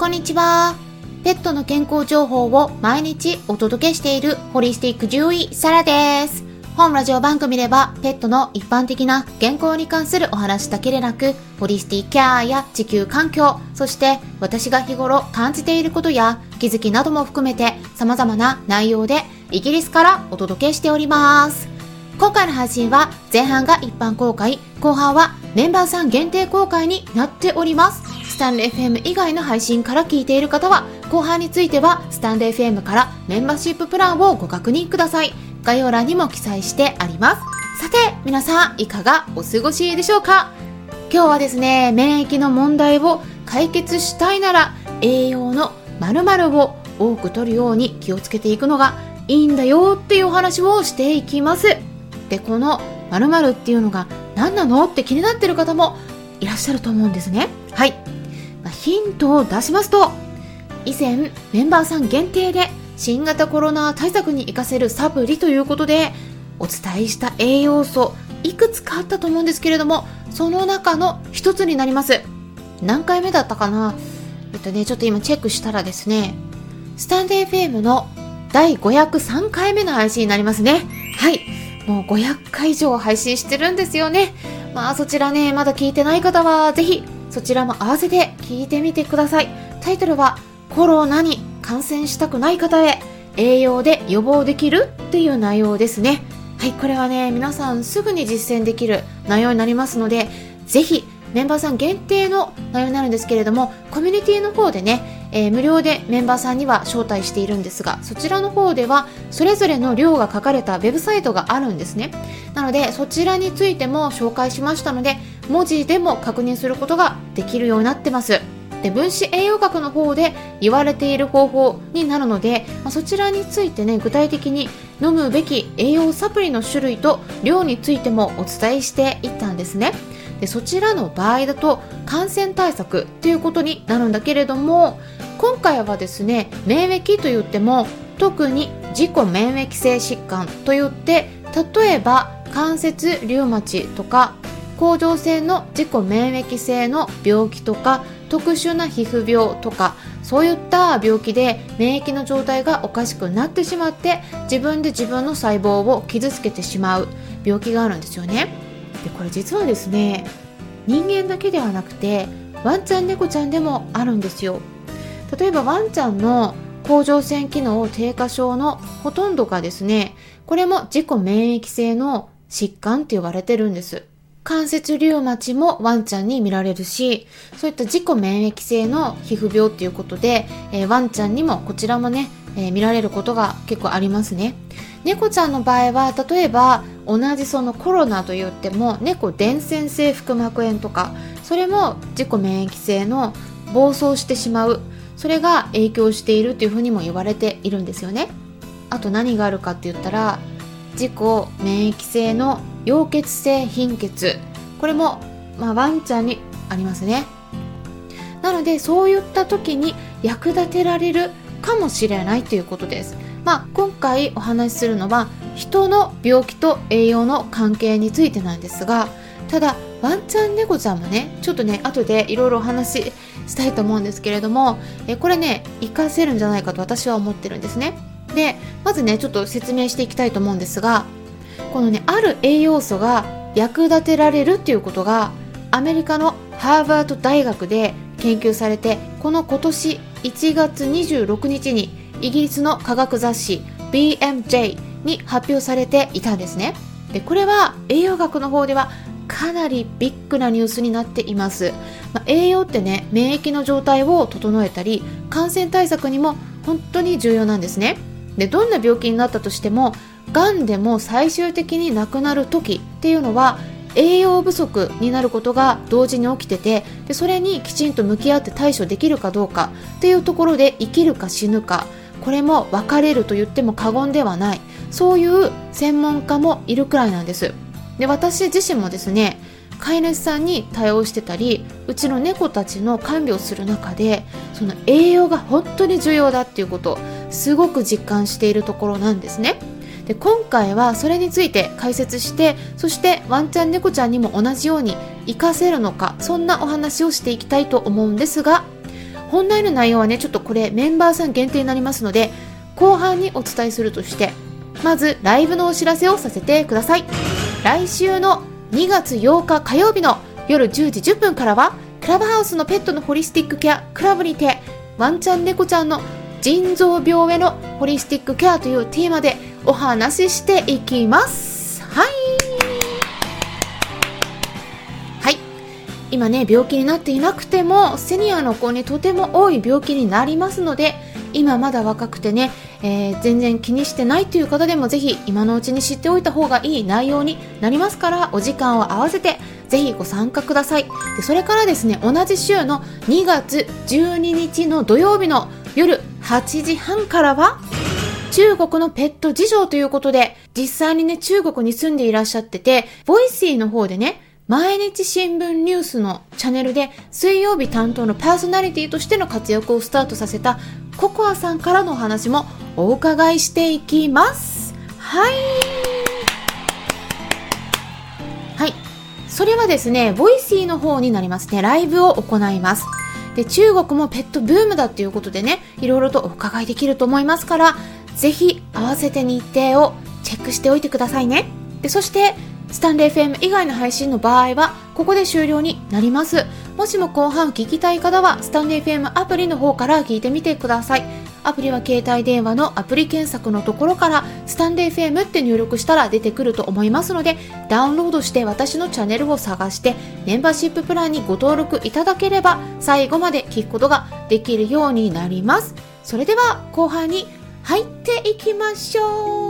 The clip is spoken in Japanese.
こんにちは。ペットの健康情報を毎日お届けしているホリスティック獣医サラです。本ラジオ番組ではペットの一般的な健康に関するお話だけでなく、ホリスティックケアや地球環境、そして私が日頃感じていることや気づきなども含めて様々な内容でイギリスからお届けしております。今回の配信は前半が一般公開、後半はメンバーさん限定公開になっております。スタンド FM 以外の配信から聞いている方は、後半についてはスタンド FM からメンバーシッププランをご確認ください。概要欄にも記載してあります。さて皆さんいかがお過ごしでしょうか。今日はですね、免疫の問題を解決したいなら栄養の〇〇を多く摂るように気をつけていくのがいいんだよっていうお話をしていきます。で、この〇〇っていうのが何なのって気になってる方もいらっしゃると思うんですね。はい、ヒントを出しますと、以前メンバーさん限定で新型コロナ対策に活かせるサプリということでお伝えした栄養素いくつかあったと思うんですけれども、その中の一つになります。何回目だったかな、ちょっと今チェックしたらですね、スタンド FM の第503回目の配信になりますね。はい、もう500回以上配信してるんですよね。そちらね、まだ聞いてない方はぜひそちらも合わせて聞いてみてください。タイトルはコロナに感染したくない方へ栄養で予防できるっていう内容ですね。はい、これはね、皆さんすぐに実践できる内容になりますので、ぜひメンバーさん限定の内容になるんですけれども、コミュニティの方でね、無料でメンバーさんには招待しているんですが、そちらの方ではそれぞれの量が書かれたウェブサイトがあるんですね。なのでそちらについても紹介しましたので、文字でも確認することができるようになってます。で、分子栄養学の方で言われている方法になるので、そちらについてね、具体的に飲むべき栄養サプリの種類と量についてもお伝えしていったんですね。で、そちらの場合だと感染対策ということになるんだけれども、今回はですね、免疫といっても特に自己免疫性疾患といって、例えば関節リウマチとか甲状腺の自己免疫性の病気とか特殊な皮膚病とか、そういった病気で免疫の状態がおかしくなってしまって自分で自分の細胞を傷つけてしまう病気があるんですよね。で、これ実はですね、人間だけではなくてワンちゃん猫ちゃんでもあるんですよ。例えばワンちゃんの甲状腺機能低下症のほとんどがですね、これも自己免疫性の疾患って言われてるんです。関節リウマチもワンちゃんに見られるし、そういった自己免疫性の皮膚病っていうことで、ワンちゃんにもこちらもね、見られることが結構ありますね。猫ちゃんの場合は例えば同じそのコロナといっても猫伝染性腹膜炎とか、それも自己免疫性の暴走してしまう、それが影響しているというふうにも言われているんですよね。あと何があるかって言ったら、自己免疫性の溶血性貧血、これもワンちゃんにありますね。なのでそういった時に役立てられるかもしれないということです。今回お話しするのは人の病気と栄養の関係についてなんですが、ただワンちゃん猫ちゃんもね、ちょっとね後でいろいろお話ししたいと思うんですけれども、これね活かせるんじゃないかと私は思ってるんですね。で、まずねちょっと説明していきたいと思うんですが、このねある栄養素が役立てられるっていうことがアメリカのハーバード大学で研究されて、今年1月26日にイギリスの科学雑誌 BMJ に発表されていたんですね。で、これは栄養学の方ではかなりビッグなニュースになっています。栄養ってね、免疫の状態を整えたり感染対策にも本当に重要なんですね。で、どんな病気になったとしても、がんでも最終的に亡くなる時っていうのは栄養不足になることが同時に起きてて、でそれにきちんと向き合って対処できるかどうかっていうところで生きるか死ぬか、これも分かれると言っても過言ではない、そういう専門家もいるくらいなんです。で、私自身もですね、飼い主さんに対応してたり、うちの猫たちの看病する中で、その栄養が本当に重要だっていうことをすごく実感しているところなんですね。で、今回はそれについて解説して、そしてワンちゃん猫ちゃんにも同じように活かせるのか、そんなお話をしていきたいと思うんですが、 本来の内容はね、ちょっとこれメンバーさん限定になりますので、後半にお伝えするとして、まずライブのお知らせをさせてください。来週の2月8日火曜日の夜10時10分からは、クラブハウスのペットのホリスティックケアクラブにて、ワンちゃん猫ちゃんの腎臓病へのホリスティックケアというテーマでお話ししていきます。はい。今ね、病気になっていなくてもセニアの子にとても多い病気になりますので、今まだ若くてね、全然気にしてないという方でもぜひ今のうちに知っておいた方がいい内容になりますから、お時間を合わせてぜひご参加ください。でそれからですね、同じ週の2月12日の土曜日の夜8時半からは、中国のペット事情ということで、実際にね、中国に住んでいらっしゃってて、ボイシーの方でね、毎日新聞ニュースのチャンネルで水曜日担当のパーソナリティとしての活躍をスタートさせたココアさんからのお話もお伺いしていきます。はい。はい。それはですね、ボイシーの方になりますね。ライブを行います。で、中国もペットブームだっていうことでね、いろいろとお伺いできると思いますから、ぜひ合わせて日程をチェックしておいてくださいね。で、そしてスタンレー FM 以外の配信の場合はここで終了になります。もしも後半聞きたい方はスタンレー FM アプリの方から聞いてみてください。アプリは携帯電話のアプリ検索のところからスタンレー FM って入力したら出てくると思いますので、ダウンロードして私のチャンネルを探してメンバーシッププランにご登録いただければ最後まで聞くことができるようになります。それでは後半に入っていきましょう。